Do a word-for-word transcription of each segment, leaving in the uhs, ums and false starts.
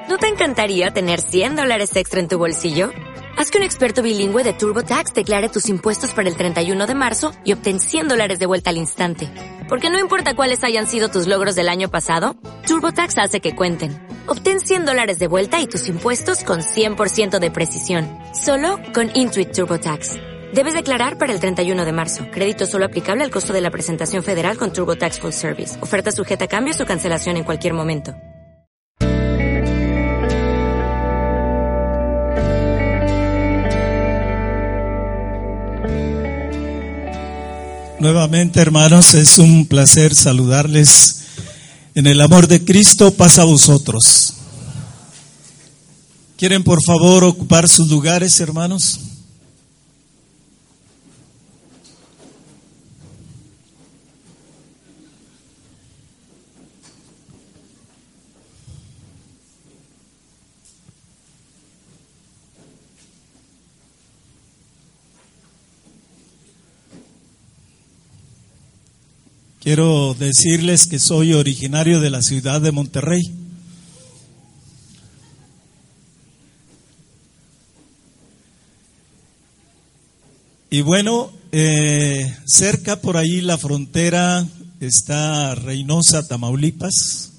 ¿No te encantaría tener cien dólares extra en tu bolsillo? Haz que un experto bilingüe de TurboTax declare tus impuestos para el treinta y uno de marzo y obtén cien dólares de vuelta al instante. Porque no importa cuáles hayan sido tus logros del año pasado, TurboTax hace que cuenten. Obtén cien dólares de vuelta y tus impuestos con cien por ciento de precisión. Solo con Intuit TurboTax. Debes declarar para el treinta y uno de marzo. Crédito solo aplicable al costo de la presentación federal con TurboTax Full Service. Oferta sujeta a cambios o cancelación en cualquier momento. Nuevamente, hermanos, es un placer saludarles en el amor de Cristo. Paz a vosotros. ¿Quieren por favor ocupar sus lugares, hermanos? Quiero decirles que soy originario de la ciudad de Monterrey. Y bueno, eh, cerca por ahí la frontera está Reynosa, Tamaulipas.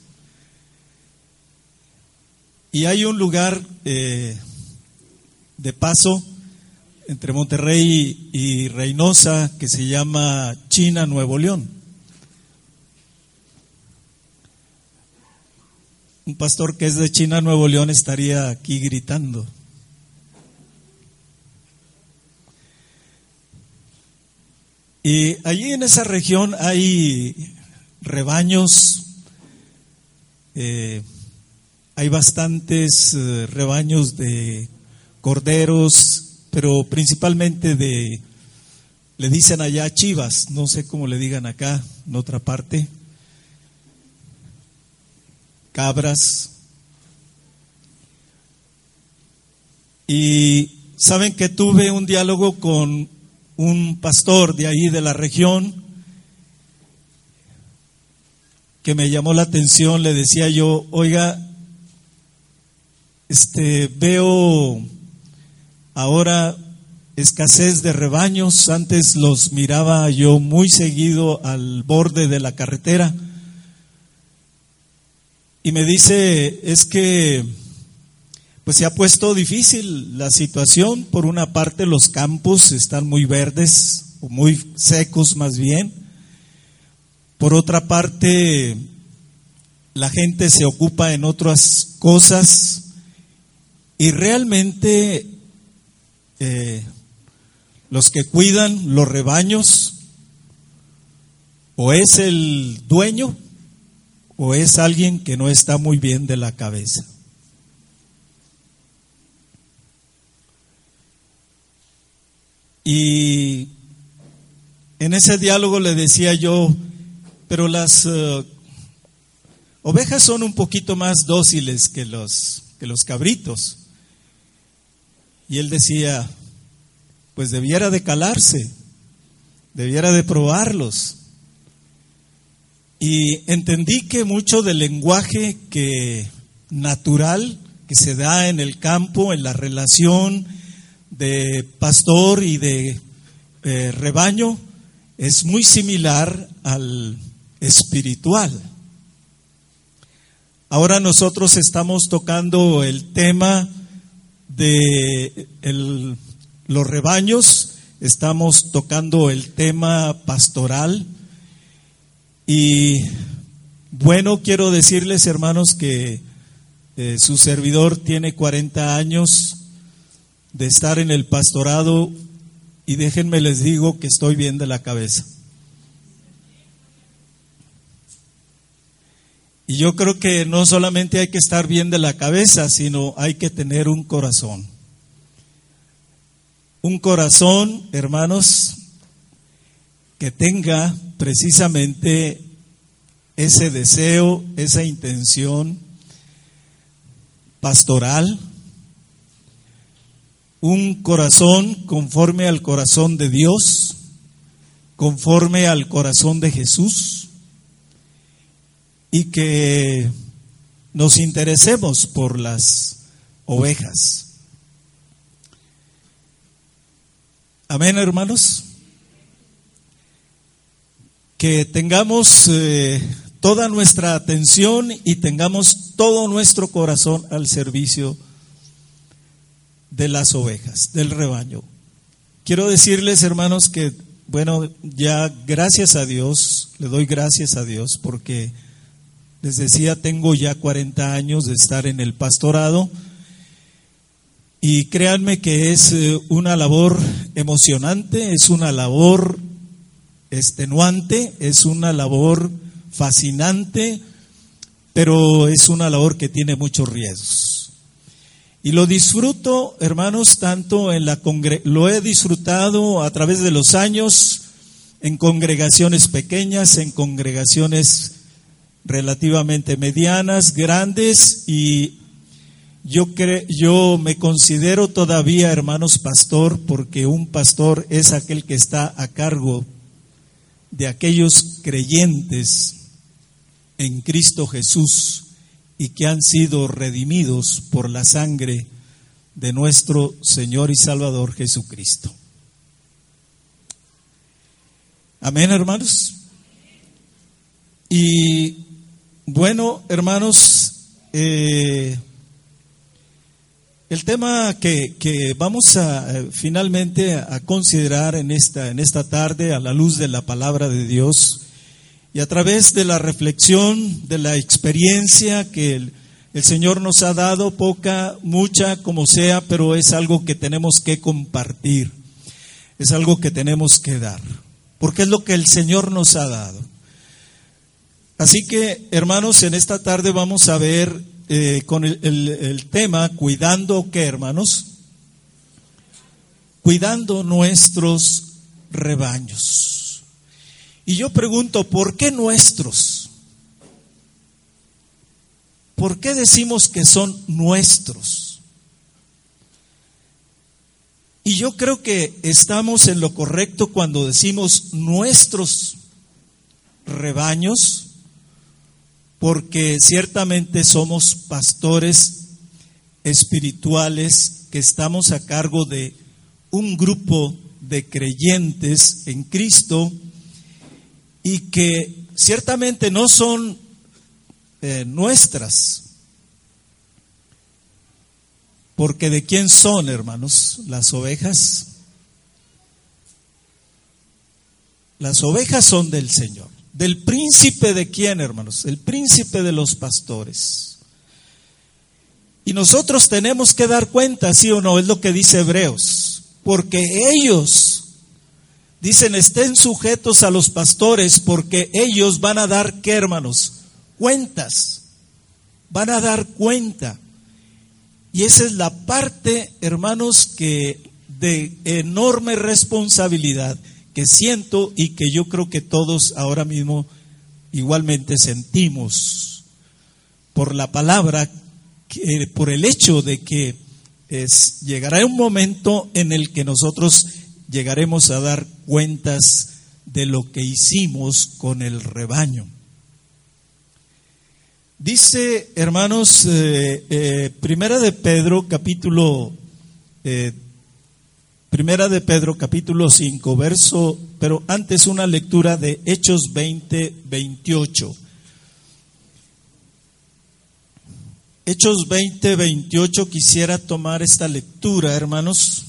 Y hay un lugar eh, de paso entre Monterrey y Reynosa que se llama China, Nuevo León. Un pastor que es de China, Nuevo León, estaría aquí gritando. Y allí en esa región hay rebaños, eh, hay bastantes eh, rebaños de corderos, pero principalmente de, le dicen allá chivas, no sé cómo le digan acá, en otra parte. Cabras. Y saben que tuve un diálogo con un pastor de ahí de la región que me llamó la atención. Le decía yo, oiga, este veo ahora escasez de rebaños. Antes los miraba yo muy seguido al borde de la carretera. Y me dice, es que pues se ha puesto difícil la situación. Por una parte los campos están muy verdes, o muy secos más bien. Por otra parte la gente se ocupa en otras cosas. Y realmente eh, los que cuidan los rebaños, o es el dueño, o es alguien que no está muy bien de la cabeza. Y en ese diálogo le decía yo, pero las uh, ovejas son un poquito más dóciles que los, que los cabritos. Y él decía, pues debiera de calarse, debiera de probarlos. Y entendí que mucho del lenguaje que natural que se da en el campo, en la relación de pastor y de eh, rebaño, es muy similar al espiritual. Ahora nosotros estamos tocando el tema de el, los rebaños, estamos tocando el tema pastoral. Y bueno, quiero decirles, hermanos, que eh, su servidor tiene cuarenta años de estar en el pastorado y déjenme les digo que estoy bien de la cabeza. Y yo creo que no solamente hay que estar bien de la cabeza, sino hay que tener un corazón. Un corazón, hermanos, que tenga precisamente ese deseo, esa intención pastoral, un corazón conforme al corazón de Dios, conforme al corazón de Jesús, y que nos interesemos por las ovejas. Amén, hermanos. Que tengamos eh, toda nuestra atención y tengamos todo nuestro corazón al servicio de las ovejas, del rebaño. Quiero decirles, hermanos, que bueno, ya gracias a Dios, le doy gracias a Dios porque les decía, tengo ya cuarenta años de estar en el pastorado y créanme que es una labor emocionante, es una labor extenuante, es una labor fascinante, pero es una labor que tiene muchos riesgos. Y lo disfruto, hermanos, tanto en la congre- lo he disfrutado a través de los años en congregaciones pequeñas, en congregaciones relativamente medianas, grandes, y yo cre- yo me considero todavía, hermanos, pastor, porque un pastor es aquel que está a cargo de aquellos creyentes en Cristo Jesús y que han sido redimidos por la sangre de nuestro Señor y Salvador Jesucristo. Amén, hermanos. Y bueno, hermanos, eh, el tema que, que vamos a eh, finalmente a considerar en esta, en esta tarde a la luz de la palabra de Dios y a través de la reflexión, de la experiencia que el, el Señor nos ha dado, poca, mucha, como sea, pero es algo que tenemos que compartir, es algo que tenemos que dar, porque es lo que el Señor nos ha dado. Así que, hermanos, en esta tarde vamos a ver eh, con el, el, el tema, cuidando, ¿qué, hermanos? Cuidando nuestros rebaños. Y yo pregunto, ¿por qué nuestros? ¿Por qué decimos que son nuestros? Y yo creo que estamos en lo correcto cuando decimos nuestros rebaños, porque ciertamente somos pastores espirituales que estamos a cargo de un grupo de creyentes en Cristo y que ciertamente no son eh, nuestras, porque ¿de quién son, hermanos, las ovejas? Las ovejas son del Señor. ¿Del príncipe de quién, hermanos? El príncipe de los pastores. Y nosotros tenemos que dar cuenta, ¿sí o no? Es lo que dice Hebreos, porque ellos dicen, estén sujetos a los pastores, porque ellos van a dar, ¿qué, hermanos? Cuentas. Van a dar cuenta. Y esa es la parte, hermanos, que de enorme responsabilidad que siento y que yo creo que todos ahora mismo igualmente sentimos por la palabra, que, por el hecho de que es, llegará un momento en el que nosotros llegaremos a dar cuentas de lo que hicimos con el rebaño. Dice, hermanos, eh, eh, Primera de Pedro, capítulo, eh, Primera de Pedro, capítulo cinco, verso, pero antes una lectura de Hechos veinte, veintiocho. Hechos veinte, veintiocho, quisiera tomar esta lectura, hermanos,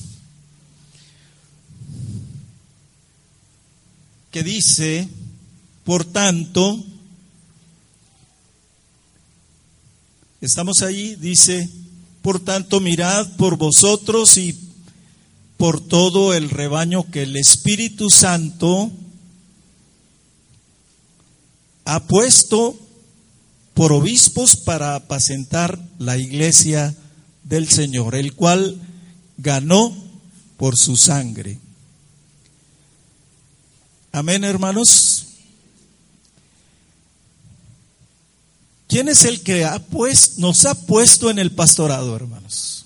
que dice, por tanto, estamos ahí, dice, por tanto, mirad por vosotros y por todo el rebaño que el Espíritu Santo ha puesto por obispos para apacentar la iglesia del Señor, el cual ganó por su sangre. Amén, hermanos. ¿Quién es el que ha pues, nos ha puesto en el pastorado, hermanos?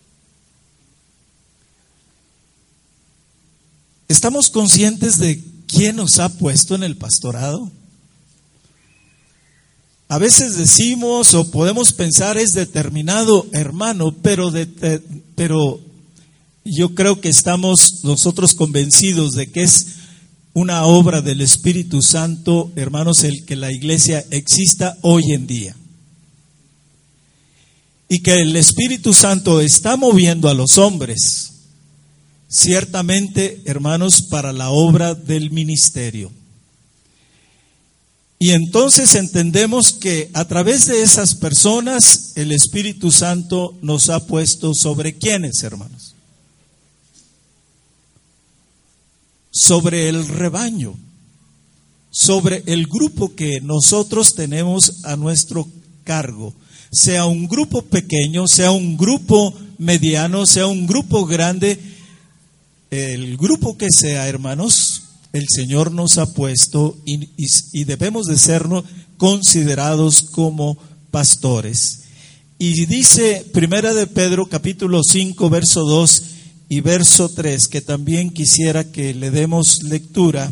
¿Estamos conscientes de quién nos ha puesto en el pastorado? A veces decimos o podemos pensar es determinado hermano, pero, de, pero yo creo que estamos nosotros convencidos de que es una obra del Espíritu Santo, hermanos, el que la iglesia exista hoy en día. Y que el Espíritu Santo está moviendo a los hombres, ciertamente, hermanos, para la obra del ministerio. Y entonces entendemos que a través de esas personas el Espíritu Santo nos ha puesto sobre quiénes, hermanos. Sobre el rebaño, sobre el grupo que nosotros tenemos a nuestro cargo. Sea un grupo pequeño, sea un grupo mediano, sea un grupo grande, el grupo que sea, hermanos, el Señor nos ha puesto y, y, y debemos de sernos considerados como pastores. Y dice Primera de Pedro capítulo cinco verso dos y verso tres, que también quisiera que le demos lectura.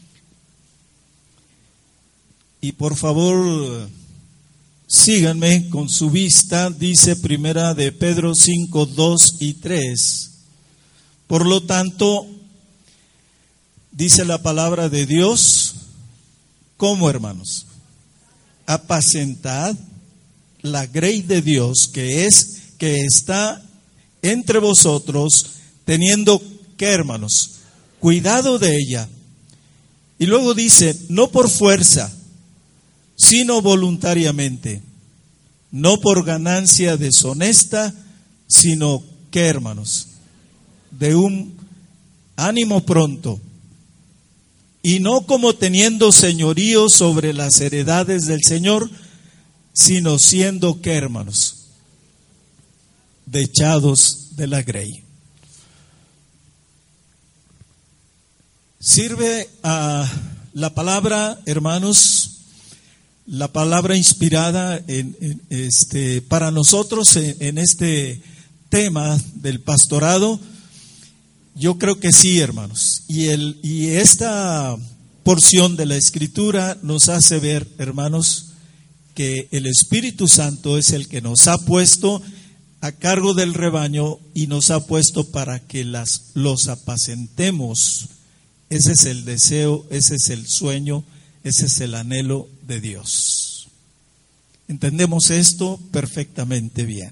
Y por favor síganme con su vista. Dice Primera de Pedro cinco, dos y tres. Por lo tanto, dice la palabra de Dios, ¿cómo, hermanos? Apacentad la grey de Dios que es, que está entre vosotros, teniendo, ¿qué, hermanos? Cuidado de ella. Y luego dice, no por fuerza, sino voluntariamente, no por ganancia deshonesta, sino, ¿qué, hermanos? De un ánimo pronto, y no como teniendo señorío sobre las heredades del Señor, sino siendo, ¿qué, hermanos? Dechados de la grey. Sirve a la palabra, hermanos, la palabra inspirada en, en este, para nosotros en, en este tema del pastorado. Yo creo que sí, hermanos. Y, el, y esta porción de la Escritura nos hace ver, hermanos, que el Espíritu Santo es el que nos ha puesto a cargo del rebaño y nos ha puesto para que las, los apacentemos. Ese es el deseo, ese es el sueño, ese es el anhelo de Dios. Entendemos esto perfectamente bien.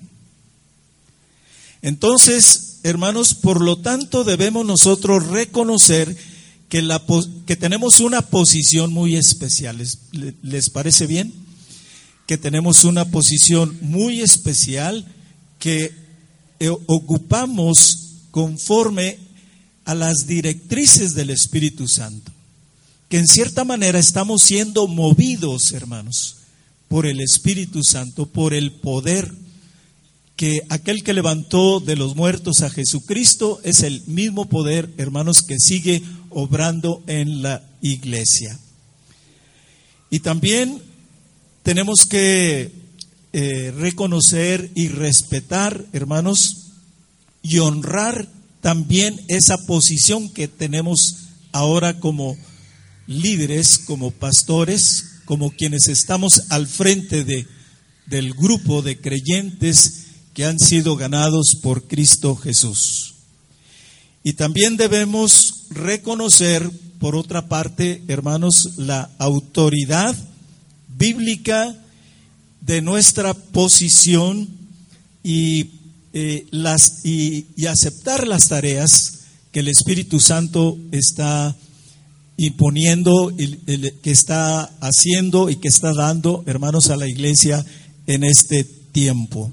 Entonces, hermanos, por lo tanto debemos nosotros reconocer que, la, que tenemos una posición muy especial. ¿Les, les parece bien? Que tenemos una posición muy especial que eh, ocupamos conforme a las directrices del Espíritu Santo. Que en cierta manera estamos siendo movidos, hermanos, por el Espíritu Santo, por el poder que aquel que levantó de los muertos a Jesucristo es el mismo poder, hermanos, que sigue obrando en la iglesia. Y también tenemos que eh, reconocer y respetar, hermanos, y honrar también esa posición que tenemos ahora como líderes, como pastores, como quienes estamos al frente de, del grupo de creyentes que han sido ganados por Cristo Jesús. Y también debemos reconocer, por otra parte, hermanos, la autoridad bíblica de nuestra posición y, eh, las, y, y aceptar las tareas que el Espíritu Santo está imponiendo, y, el, que está haciendo y que está dando, hermanos, a la iglesia en este tiempo.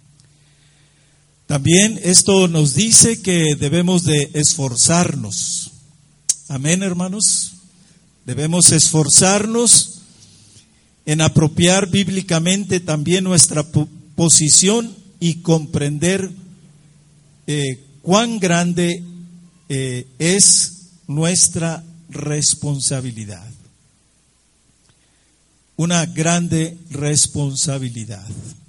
También esto nos dice que debemos de esforzarnos. Amén, hermanos. Debemos esforzarnos en apropiar bíblicamente también nuestra posición y comprender eh, cuán grande eh, es nuestra responsabilidad. Una grande responsabilidad.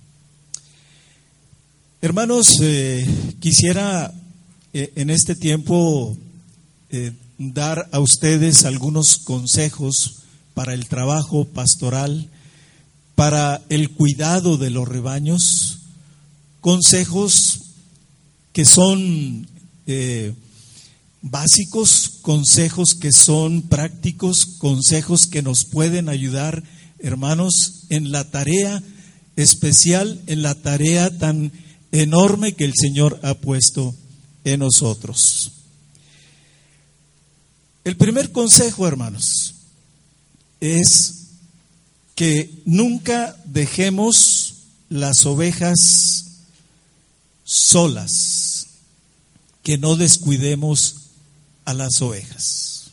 Hermanos, eh, quisiera eh, en este tiempo eh, dar a ustedes algunos consejos para el trabajo pastoral, para el cuidado de los rebaños, consejos que son eh, básicos, consejos que son prácticos, consejos que nos pueden ayudar, hermanos, en la tarea especial, en la tarea tan enorme que el Señor ha puesto en nosotros. El primer consejo, hermanos, es que nunca dejemos las ovejas solas, que no descuidemos a las ovejas.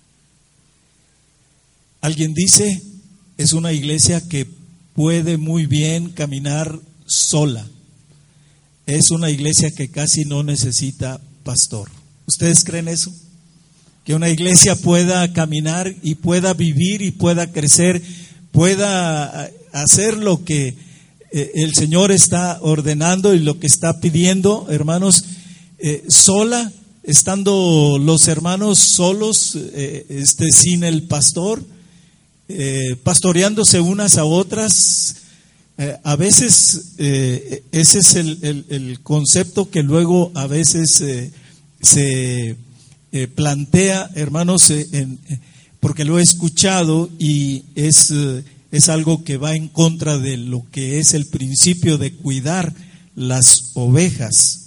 Alguien dice, es una iglesia que puede muy bien caminar sola. Es una iglesia que casi no necesita pastor. ¿Ustedes creen eso? Que una iglesia pueda caminar y pueda vivir y pueda crecer, pueda hacer lo que el Señor está ordenando y lo que está pidiendo, hermanos, eh, sola, estando los hermanos solos, eh, este, sin el pastor, eh, pastoreándose unas a otras. Eh, a veces eh, ese es el, el, el concepto que luego a veces eh, se eh, plantea, hermanos, eh, en, porque lo he escuchado y es, eh, es algo que va en contra de lo que es el principio de cuidar las ovejas.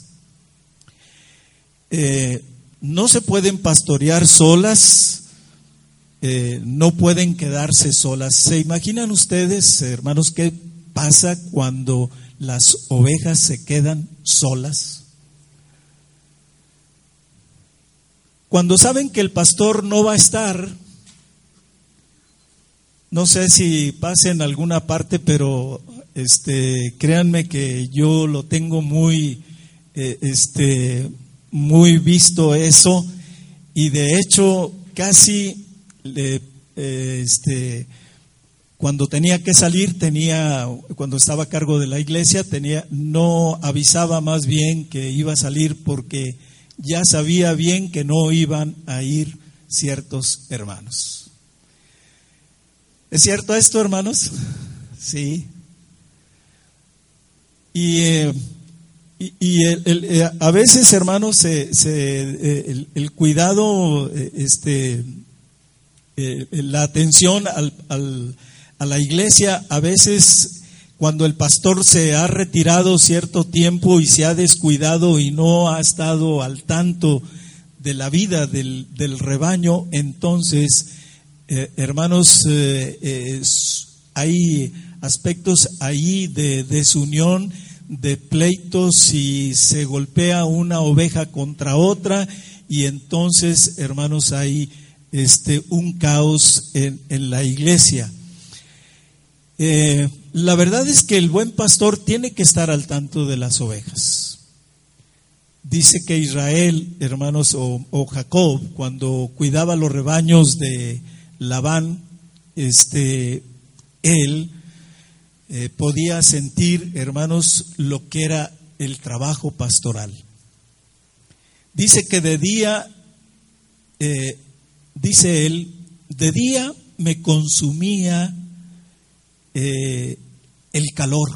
Eh, no se pueden pastorear solas, eh, no pueden quedarse solas. ¿Se imaginan ustedes, hermanos, qué pasa cuando las ovejas se quedan solas? Cuando saben que el pastor no va a estar, no sé si pasa en alguna parte, pero este, créanme que yo lo tengo muy, eh, este, muy visto eso, y de hecho casi, eh, este, cuando tenía que salir, tenía, cuando estaba a cargo de la iglesia, tenía, no avisaba más bien que iba a salir porque ya sabía bien que no iban a ir ciertos hermanos. ¿Es cierto esto, hermanos? Sí. Y, eh, y, y el, el, a veces, hermanos, se, se, el, el cuidado, este, eh, la atención al, al, a la iglesia, a veces cuando el pastor se ha retirado cierto tiempo y se ha descuidado y no ha estado al tanto de la vida del, del rebaño, entonces, eh, hermanos, eh, eh, hay aspectos ahí de desunión, de pleitos, y se golpea una oveja contra otra, y entonces, hermanos, hay este, un caos en, en la iglesia. Eh, la verdad es que el buen pastor tiene que estar al tanto de las ovejas. Dice que Israel, hermanos, o, o Jacob, cuando cuidaba los rebaños de Labán, este, él eh, podía sentir, hermanos, lo que era el trabajo pastoral. Dice que de día, eh, dice él, de día me consumía Eh, el calor,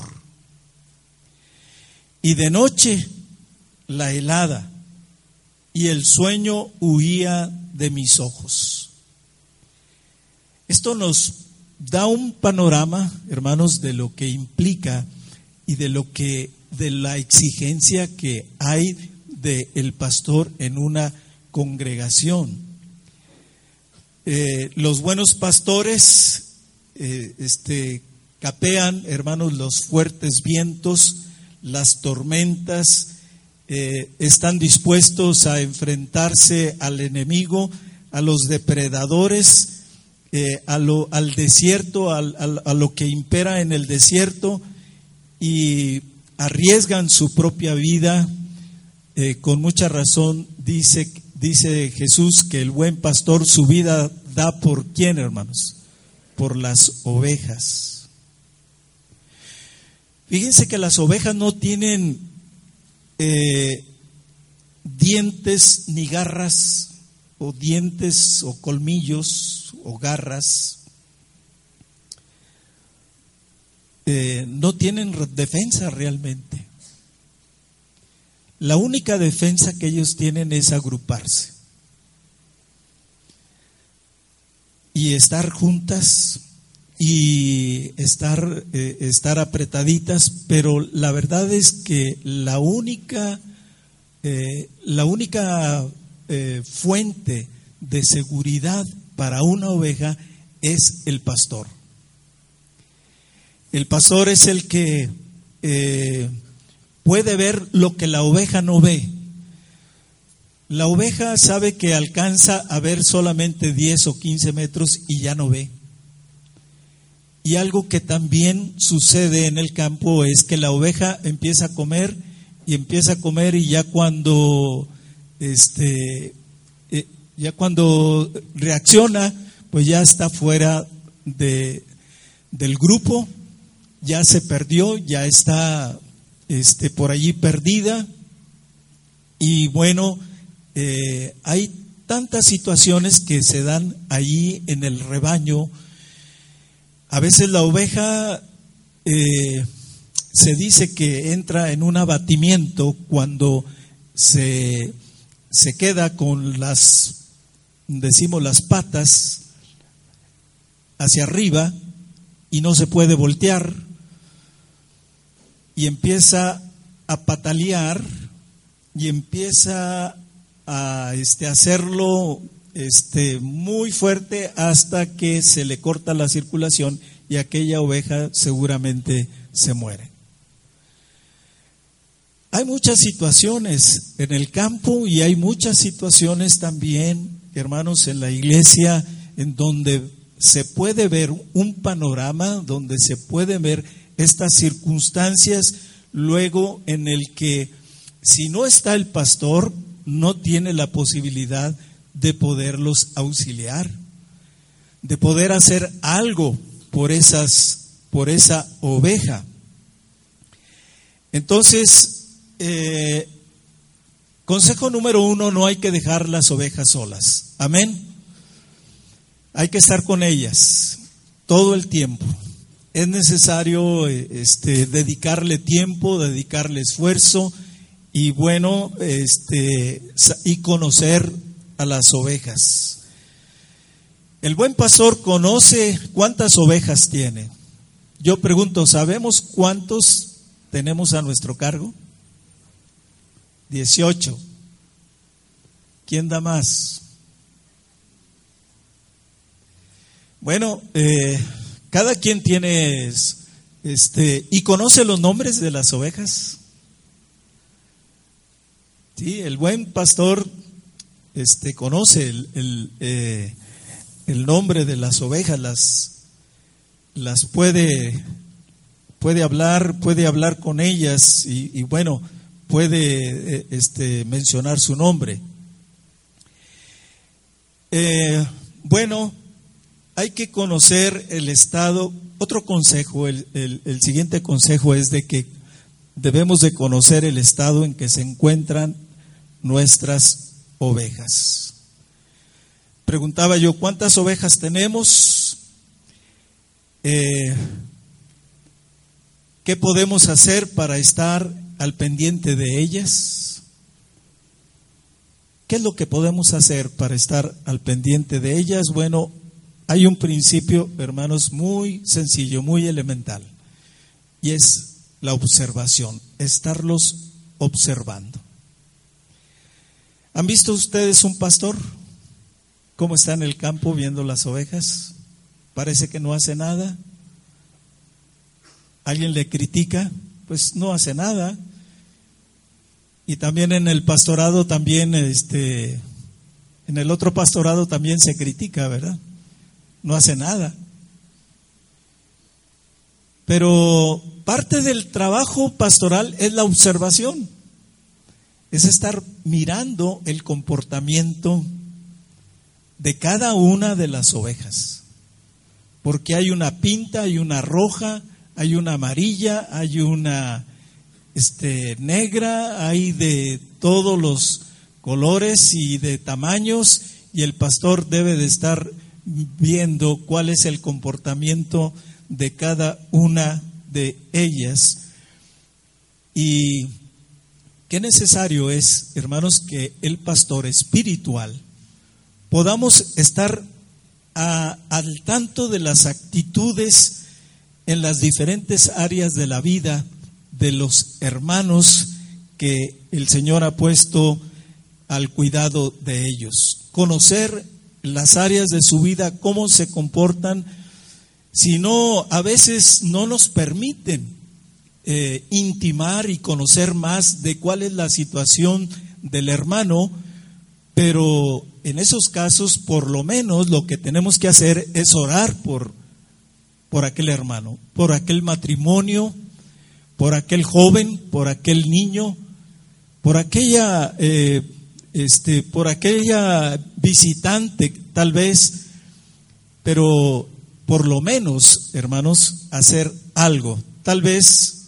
y de noche la helada, y el sueño huía de mis ojos. Esto nos da un panorama, hermanos, de lo que implica y de lo que, de la exigencia que hay del pastor en una congregación. Eh, los buenos pastores Eh, este, capean, hermanos, los fuertes vientos, las tormentas, eh, están dispuestos a enfrentarse al enemigo, a los depredadores, eh, a lo, al desierto, al, al, a lo que impera en el desierto, y arriesgan su propia vida. Eh, con mucha razón dice, dice Jesús que el buen pastor su vida da por ¿quién, hermanos? Por las ovejas. Fíjense que las ovejas no tienen eh, dientes ni garras, o dientes o colmillos o garras. eh, no tienen defensa realmente. La única defensa que ellos tienen es agruparse y estar juntas y estar, eh, estar apretaditas, pero la verdad es que la única, eh, la única eh, fuente de seguridad para una oveja es el pastor. El pastor es el que eh, puede ver lo que la oveja no ve. La oveja sabe que alcanza a ver solamente diez o quince metros y ya no ve. Y algo que también sucede en el campo es que la oveja empieza a comer y empieza a comer y ya cuando este eh, ya cuando reacciona, pues ya está fuera de del grupo, ya se perdió, ya está este por allí perdida. Y bueno, eh, hay tantas situaciones que se dan allí en el rebaño. A veces la oveja eh, se dice que entra en un abatimiento cuando se, se queda con las, decimos, las patas hacia arriba y no se puede voltear y empieza a patalear y empieza a este, hacerlo Este, muy fuerte hasta que se le corta la circulación y aquella oveja seguramente se muere. Hay muchas situaciones en el campo y hay muchas situaciones también, hermanos, en la iglesia, en donde se puede ver un panorama, donde se puede ver estas circunstancias, luego en el que si no está el pastor, no tiene la posibilidad de poderlos auxiliar, de poder hacer algo por esas, por esa oveja. Entonces, eh, consejo número uno: no hay que dejar las ovejas solas. Amén. Hay que estar con ellas todo el tiempo. Es necesario este, dedicarle tiempo, dedicarle esfuerzo y bueno, este, y conocer a las ovejas. El buen pastor conoce cuántas ovejas tiene. Yo pregunto, ¿sabemos cuántos tenemos a nuestro cargo? dieciocho. ¿Quién da más? Bueno, eh, cada quien tiene este y conoce los nombres de las ovejas. Sí, el buen pastor Este, conoce el, el, eh, el nombre de las ovejas, las, las puede, puede hablar, puede hablar con ellas y, y bueno, puede eh, este, mencionar su nombre. Eh, bueno, hay que conocer el estado. Otro consejo, el, el, el siguiente consejo es de que debemos de conocer el estado en que se encuentran nuestras ovejas. Preguntaba yo, ¿cuántas ovejas tenemos? Eh, ¿Qué podemos hacer para estar al pendiente de ellas? ¿Qué es lo que podemos hacer para estar al pendiente de ellas? Bueno, hay un principio, hermanos, muy sencillo, muy elemental, y es la observación, estarlos observando. ¿Han visto ustedes un pastor? ¿Cómo está en el campo viendo las ovejas? Parece que no hace nada. ¿Alguien le critica? Pues no hace nada. Y también en el pastorado, también este, en el otro pastorado también se critica, ¿verdad? No hace nada. Pero parte del trabajo pastoral es la observación. Es estar mirando el comportamiento de cada una de las ovejas. Porque hay una pinta, hay una roja, hay una amarilla, hay una este, negra, hay de todos los colores y de tamaños, y el pastor debe de estar viendo cuál es el comportamiento de cada una de ellas. Y qué necesario es, hermanos, que el pastor espiritual podamos estar a, al tanto de las actitudes en las diferentes áreas de la vida de los hermanos que el Señor ha puesto al cuidado de ellos. Conocer las áreas de su vida, cómo se comportan, si no, a veces no nos permiten eh, intimar y conocer más de cuál es la situación del hermano, pero en esos casos, por lo menos, lo que tenemos que hacer es orar por, por aquel hermano, por aquel matrimonio, por aquel joven, por aquel niño, por aquella, eh, este, por aquella visitante, tal vez, pero por lo menos, hermanos, hacer algo. Tal vez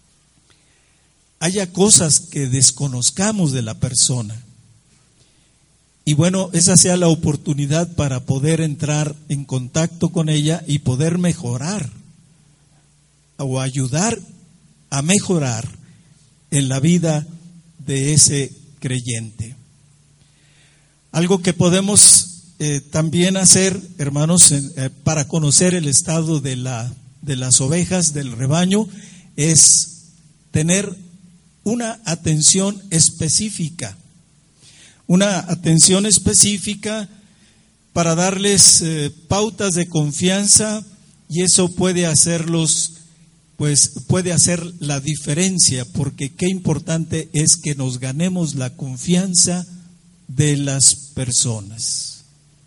haya cosas que desconozcamos de la persona. Y bueno, esa sea la oportunidad para poder entrar en contacto con ella y poder mejorar o ayudar a mejorar en la vida de ese creyente. Algo que podemos eh, también hacer, hermanos, eh, para conocer el estado de, la, de las ovejas, del rebaño, es tener una atención específica. Una atención específica para darles eh, pautas de confianza, y eso puede hacerlos, pues puede hacer la diferencia, porque qué importante es que nos ganemos la confianza de las personas.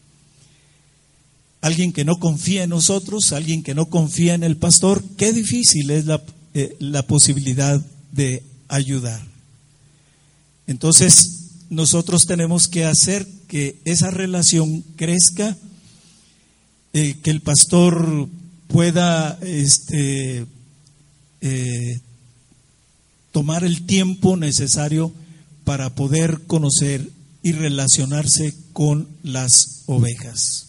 Alguien que no confía en nosotros, alguien que no confía en el pastor, qué difícil es la, eh, la posibilidad de ayudar. Entonces, nosotros tenemos que hacer que esa relación crezca, eh, que el pastor pueda este, eh, tomar el tiempo necesario para poder conocer y relacionarse con las ovejas.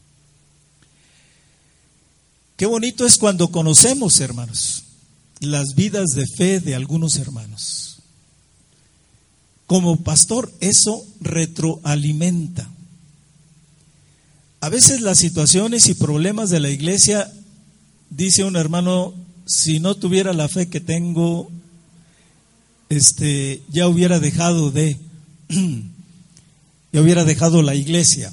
Qué bonito es cuando conocemos, hermanos, las vidas de fe de algunos hermanos. Como pastor, eso retroalimenta. A veces las situaciones y problemas de la iglesia, dice un hermano, si no tuviera la fe que tengo, este, ya hubiera dejado de, ya hubiera dejado la iglesia.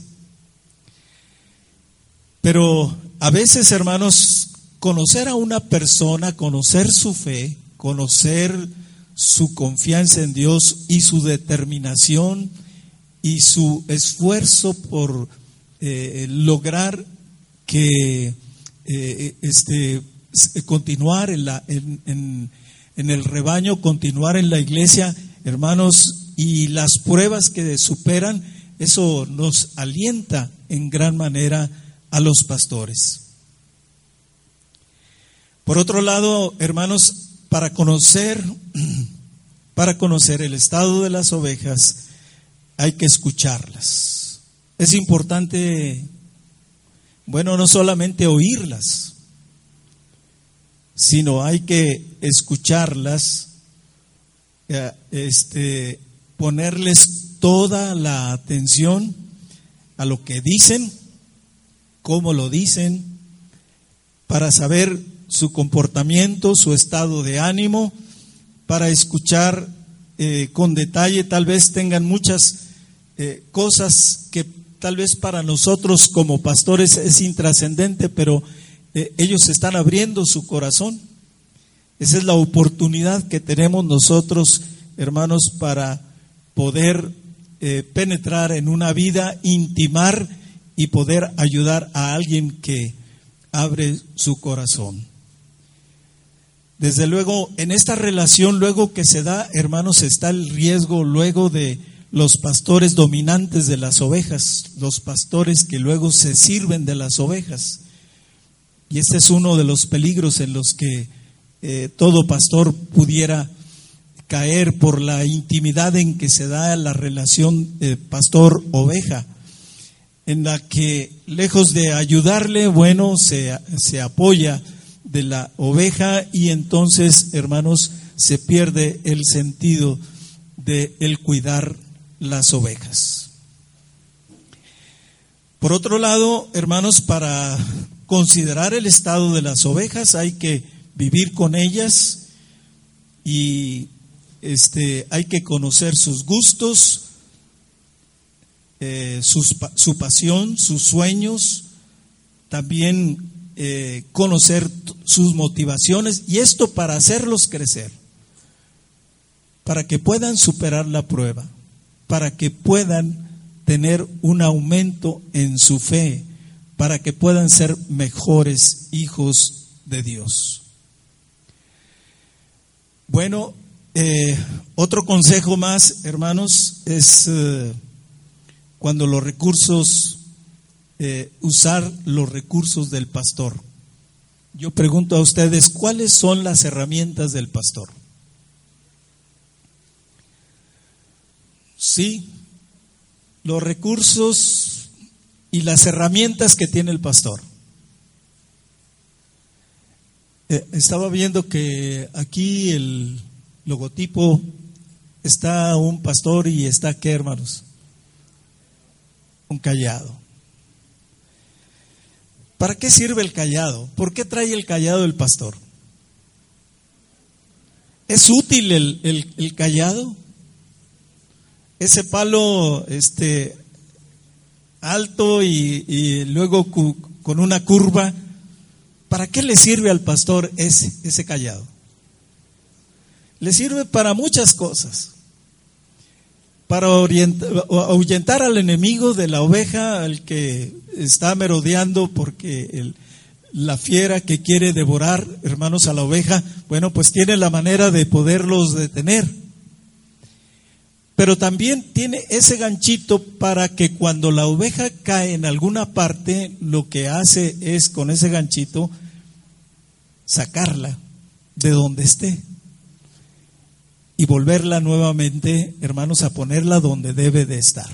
Pero a veces, hermanos, conocer a una persona, conocer su fe, conocer su confianza en Dios y su determinación y su esfuerzo por eh, lograr que eh, este continuar en la en, en, en el rebaño, continuar en la iglesia, hermanos, y las pruebas que superan, eso nos alienta en gran manera a los pastores. Por otro lado, hermanos, Para conocer, para conocer el estado de las ovejas, hay que escucharlas. Es importante, bueno, no solamente oírlas, sino hay que escucharlas, este, ponerles toda la atención a lo que dicen, cómo lo dicen, para saber su comportamiento, su estado de ánimo, para escuchar eh, con detalle. Tal vez tengan muchas eh, cosas que tal vez para nosotros como pastores es intrascendente, pero eh, ellos están abriendo su corazón. Esa es la oportunidad que tenemos nosotros, hermanos, para poder eh, penetrar en una vida, intimar y poder ayudar a alguien que abre su corazón. Desde luego, en esta relación, luego que se da, hermanos, está el riesgo luego de los pastores dominantes de las ovejas, los pastores que luego se sirven de las ovejas. Y este es uno de los peligros en los que eh, todo pastor pudiera caer por la intimidad en que se da la relación eh, pastor-oveja, en la que lejos de ayudarle, bueno, se, se apoya de la oveja, y entonces, hermanos, se pierde el sentido de el cuidar las ovejas. Por otro lado, hermanos, para considerar el estado de las ovejas hay que vivir con ellas y este, hay que conocer sus gustos, eh, sus, su pasión, sus sueños, también eh, conocer sus motivaciones, y esto para hacerlos crecer, para que puedan superar la prueba, para que puedan tener un aumento en su fe, para que puedan ser mejores hijos de Dios. Bueno, eh, otro consejo más, hermanos, es eh, cuando los recursos, eh, usar los recursos del pastor. Yo pregunto a ustedes, ¿cuáles son las herramientas del pastor? Sí, los recursos y las herramientas que tiene el pastor. Eh, estaba viendo que aquí el logotipo está un pastor y está, ¿qué, hermanos? Un cayado. ¿Para qué sirve el cayado? ¿Por qué trae el cayado el pastor? ¿Es útil el, el, el cayado? Ese palo este, alto y, y luego cu, con una curva, ¿para qué le sirve al pastor ese, ese cayado? Le sirve para muchas cosas. Para orientar, ahuyentar al enemigo de la oveja, al que está merodeando, porque el, la fiera que quiere devorar, hermanos, a la oveja, bueno, pues tiene la manera de poderlos detener. Pero también tiene ese ganchito para que cuando la oveja cae en alguna parte, lo que hace es con ese ganchito sacarla de donde esté y volverla nuevamente, hermanos, a ponerla donde debe de estar.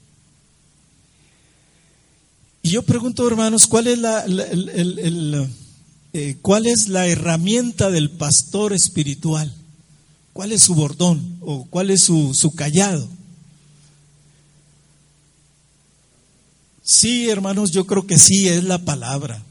Y yo pregunto, hermanos, ¿cuál es la, la el, el, el, eh, cuál es la herramienta del pastor espiritual? ¿Cuál es su bordón o cuál es su, su cayado? Sí, hermanos, yo creo que sí, es la palabra.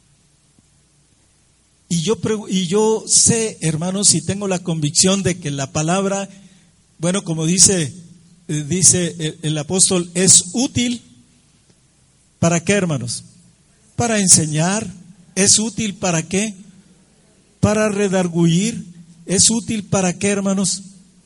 Y yo, y yo sé, hermanos, y tengo la convicción de que la palabra, bueno, como dice, dice el, el apóstol, es útil. ¿Para qué, hermanos? Para enseñar. ¿Es útil para qué? Para redarguir. ¿Es útil para qué, hermanos?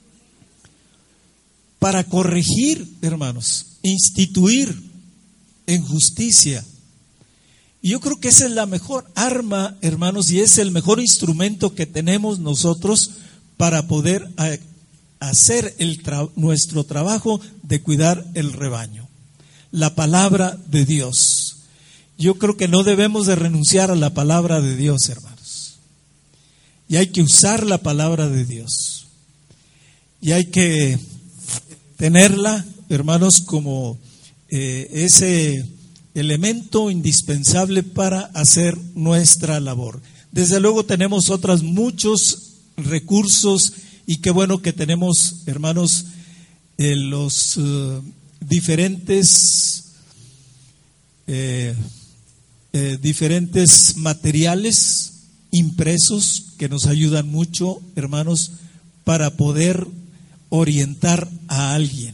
Para corregir, hermanos, instituir en justicia. Y yo creo que esa es la mejor arma, hermanos, y es el mejor instrumento que tenemos nosotros para poder a, hacer el tra- nuestro trabajo de cuidar el rebaño. La palabra de Dios. Yo creo que no debemos de renunciar a la palabra de Dios, hermanos. Y hay que usar la palabra de Dios. Y hay que tenerla, hermanos, como eh, ese elemento indispensable para hacer nuestra labor. Desde luego tenemos otros muchos recursos, y qué bueno que tenemos, hermanos, eh, los uh, diferentes eh, eh, diferentes materiales impresos que nos ayudan mucho, hermanos, para poder orientar a alguien.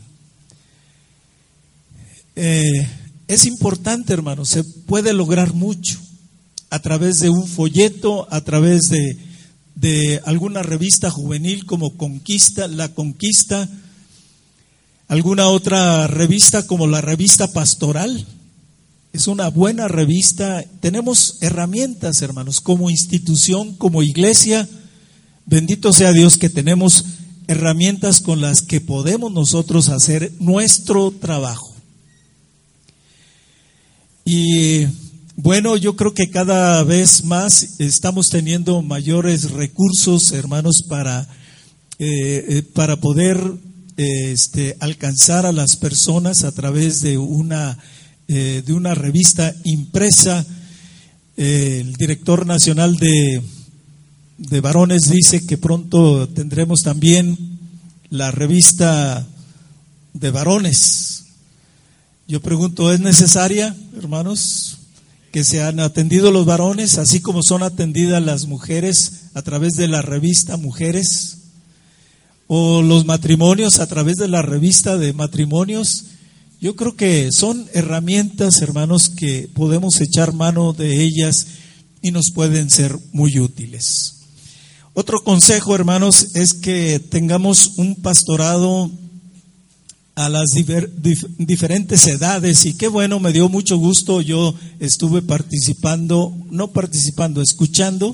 Eh, es importante, hermanos, se puede lograr mucho a través de un folleto, a través de, de alguna revista juvenil como Conquista, La Conquista, alguna otra revista como la Revista Pastoral. Es una buena revista. Tenemos herramientas, hermanos, como institución, como iglesia. Bendito sea Dios que tenemos herramientas con las que podemos nosotros hacer nuestro trabajo. Y bueno, yo creo que cada vez más estamos teniendo mayores recursos, hermanos, para, eh, para poder eh, este, alcanzar a las personas a través de una, eh, de una revista impresa. Eh, el director nacional de, de varones dice que pronto tendremos también la revista de varones. Yo pregunto, ¿es necesaria, hermanos, que sean atendidos los varones, así como son atendidas las mujeres a través de la revista Mujeres? O los matrimonios a través de la revista de matrimonios. Yo creo que son herramientas, hermanos, que podemos echar mano de ellas y nos pueden ser muy útiles. Otro consejo, hermanos, es que tengamos un pastorado a las diver, dif, diferentes edades. Y qué bueno, me dio mucho gusto. Yo estuve participando, no participando, escuchando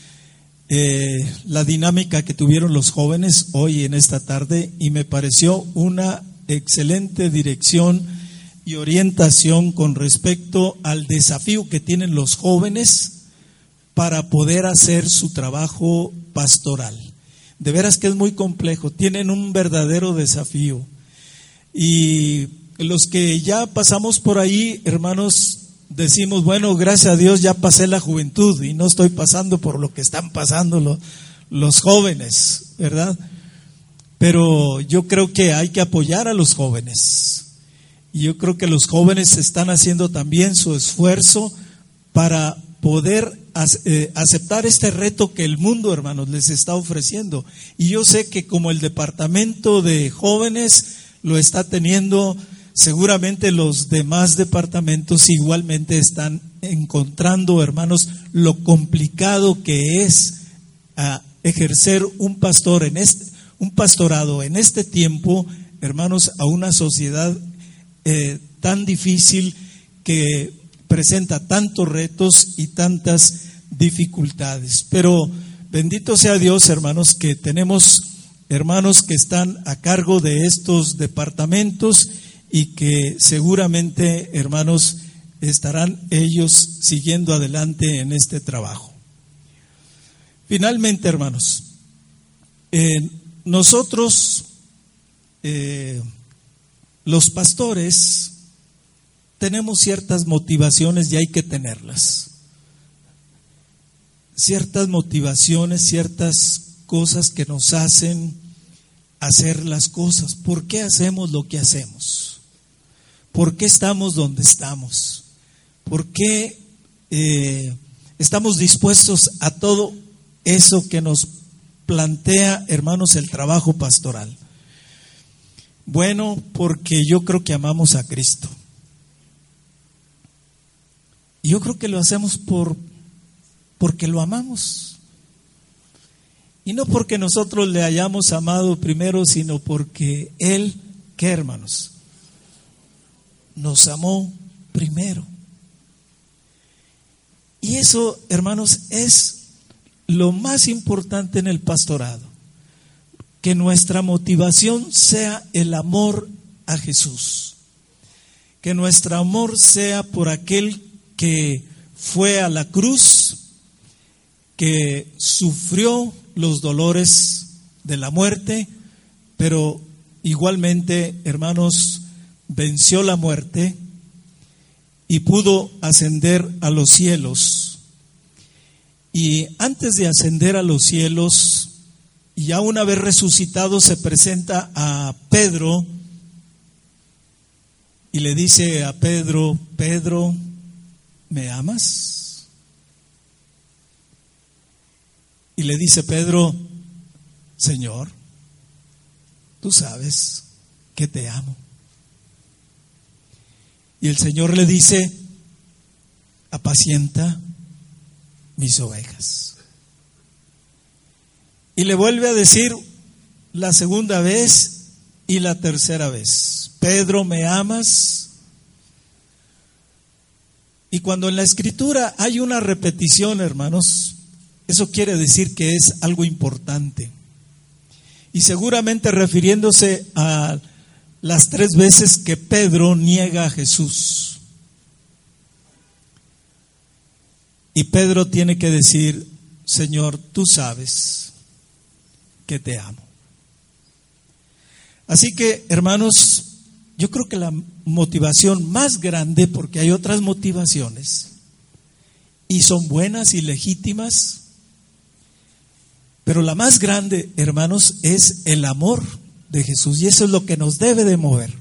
Eh, la dinámica que tuvieron los jóvenes hoy en esta tarde, y me pareció una excelente dirección y orientación con respecto al desafío que tienen los jóvenes para poder hacer su trabajo pastoral. De veras que es muy complejo, tienen un verdadero desafío. Y los que ya pasamos por ahí, hermanos, decimos, bueno, gracias a Dios ya pasé la juventud y no estoy pasando por lo que están pasando los, los jóvenes, ¿verdad? Pero yo creo que hay que apoyar a los jóvenes. Y yo creo que los jóvenes están haciendo también su esfuerzo para poder aceptar este reto que el mundo, hermanos, les está ofreciendo. Y yo sé que como el departamento de jóvenes lo está teniendo, seguramente los demás departamentos igualmente están encontrando, hermanos, lo complicado que es uh, ejercer un pastor en este, un pastorado en este tiempo, hermanos, a una sociedad eh, tan difícil que presenta tantos retos y tantas dificultades. Pero bendito sea Dios, hermanos, que tenemos hermanos que están a cargo de estos departamentos y que seguramente, hermanos, estarán ellos siguiendo adelante en este trabajo. Finalmente, hermanos, eh, nosotros, eh, los pastores, tenemos ciertas motivaciones y hay que tenerlas. Ciertas motivaciones, ciertas cosas que nos hacen hacer las cosas. ¿Por qué hacemos lo que hacemos? ¿Por qué estamos donde estamos? ¿Por qué eh, estamos dispuestos a todo eso que nos plantea, hermanos, el trabajo pastoral? Bueno, porque yo creo que amamos a Cristo. Y yo creo que lo hacemos por, porque lo amamos. Y no porque nosotros le hayamos amado primero, sino porque Él, ¿qué, hermanos? Nos amó primero. Y eso, hermanos, es lo más importante en el pastorado. Que nuestra motivación sea el amor a Jesús. Que nuestro amor sea por aquel que fue a la cruz, que sufrió los dolores de la muerte, pero igualmente, hermanos, venció la muerte y pudo ascender a los cielos. Y antes de ascender a los cielos, y ya una vez resucitado, se presenta a Pedro y le dice a Pedro: Pedro, ¿me amas? Y le dice Pedro: Señor, tú sabes que te amo. Y el Señor le dice: apacienta mis ovejas. Y le vuelve a decir la segunda vez y la tercera vez: Pedro, ¿me amas? Y cuando en la Escritura hay una repetición, hermanos, eso quiere decir que es algo importante. Y seguramente refiriéndose a las tres veces que Pedro niega a Jesús. Y Pedro tiene que decir: Señor, tú sabes que te amo. Así que, hermanos, yo creo que la motivación más grande, porque hay otras motivaciones, y son buenas y legítimas, pero la más grande, hermanos, es el amor de Jesús, y eso es lo que nos debe de mover.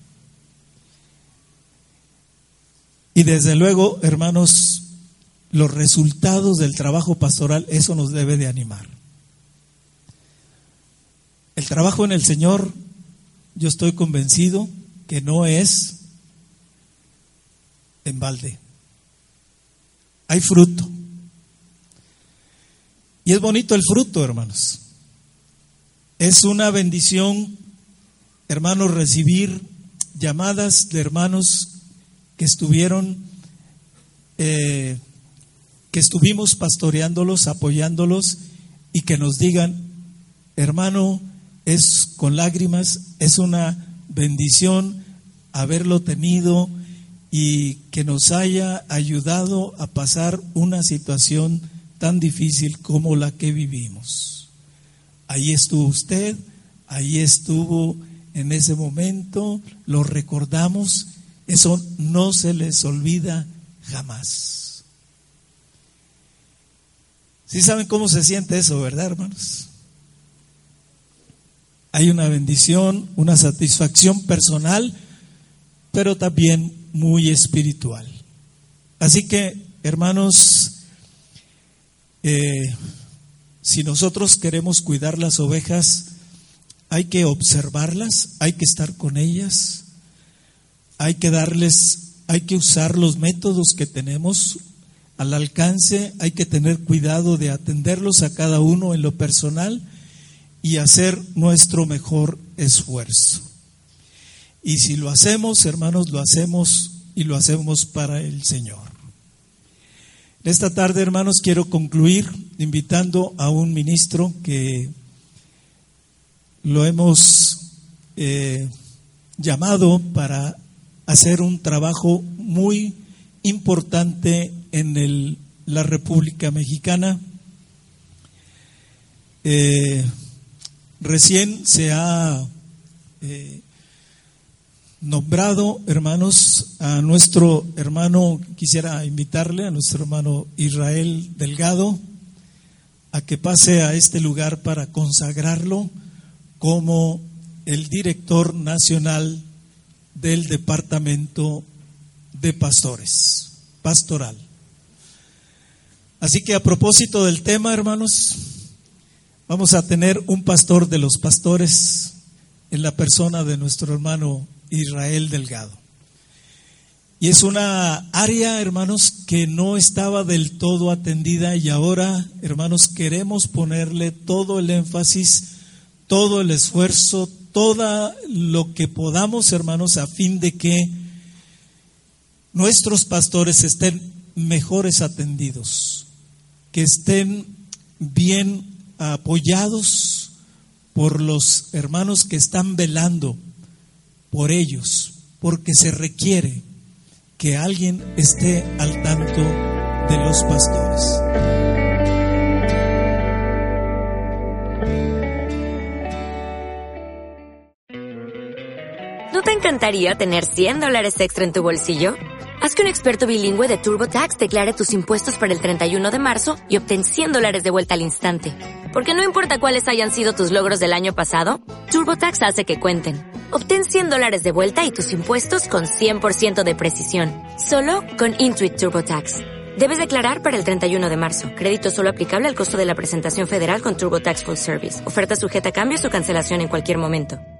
Y desde luego, hermanos, los resultados del trabajo pastoral, eso nos debe de animar. El trabajo en el Señor, yo estoy convencido que no es en balde. Hay fruto. Y es bonito el fruto, hermanos. Es una bendición, hermanos, recibir llamadas de hermanos que estuvieron, eh, que estuvimos pastoreándolos, apoyándolos, y que nos digan: hermano, es con lágrimas, es una bendición haberlo tenido y que nos haya ayudado a pasar una situación tan difícil como la que vivimos. Ahí estuvo usted, ahí estuvo en ese momento, lo recordamos, eso no se les olvida jamás. ¿Sí saben cómo se siente eso, verdad, hermanos? Hay una bendición, una satisfacción personal, pero también muy espiritual. Así que, hermanos, eh, si nosotros queremos cuidar las ovejas, hay que observarlas, hay que estar con ellas, hay que darles, hay que usar los métodos que tenemos al alcance, hay que tener cuidado de atenderlos a cada uno en lo personal y hacer nuestro mejor esfuerzo. Y si lo hacemos, hermanos, lo hacemos y lo hacemos para el Señor. Esta tarde, hermanos, quiero concluir invitando a un ministro que lo hemos eh, llamado para hacer un trabajo muy importante en el, la República Mexicana. Eh, recién se ha eh, nombrado, hermanos, a nuestro hermano, quisiera invitarle a nuestro hermano Israel Delgado a que pase a este lugar para consagrarlo como el director nacional del Departamento de Pastores, pastoral. Así que a propósito del tema, hermanos, vamos a tener un pastor de los pastores en la persona de nuestro hermano Israel Delgado. Y es una área, hermanos, que no estaba del todo atendida, y ahora, hermanos, queremos ponerle todo el énfasis, todo el esfuerzo, todo lo que podamos, hermanos, a fin de que nuestros pastores estén mejores atendidos, que estén bien apoyados por los hermanos que están velando por ellos, porque se requiere que alguien esté al tanto de los pastores. ¿No te encantaría tener cien dólares extra en tu bolsillo? Haz que un experto bilingüe de TurboTax declare tus impuestos para el treinta y uno de marzo y obtén cien dólares de vuelta al instante. Porque no importa cuáles hayan sido tus logros del año pasado, TurboTax hace que cuenten. Obtén cien dólares de vuelta y tus impuestos con cien por ciento de precisión. Solo con Intuit TurboTax. Debes declarar para el treinta y uno de marzo. Crédito solo aplicable al costo de la presentación federal con TurboTax Full Service. Oferta sujeta a cambios o cancelación en cualquier momento.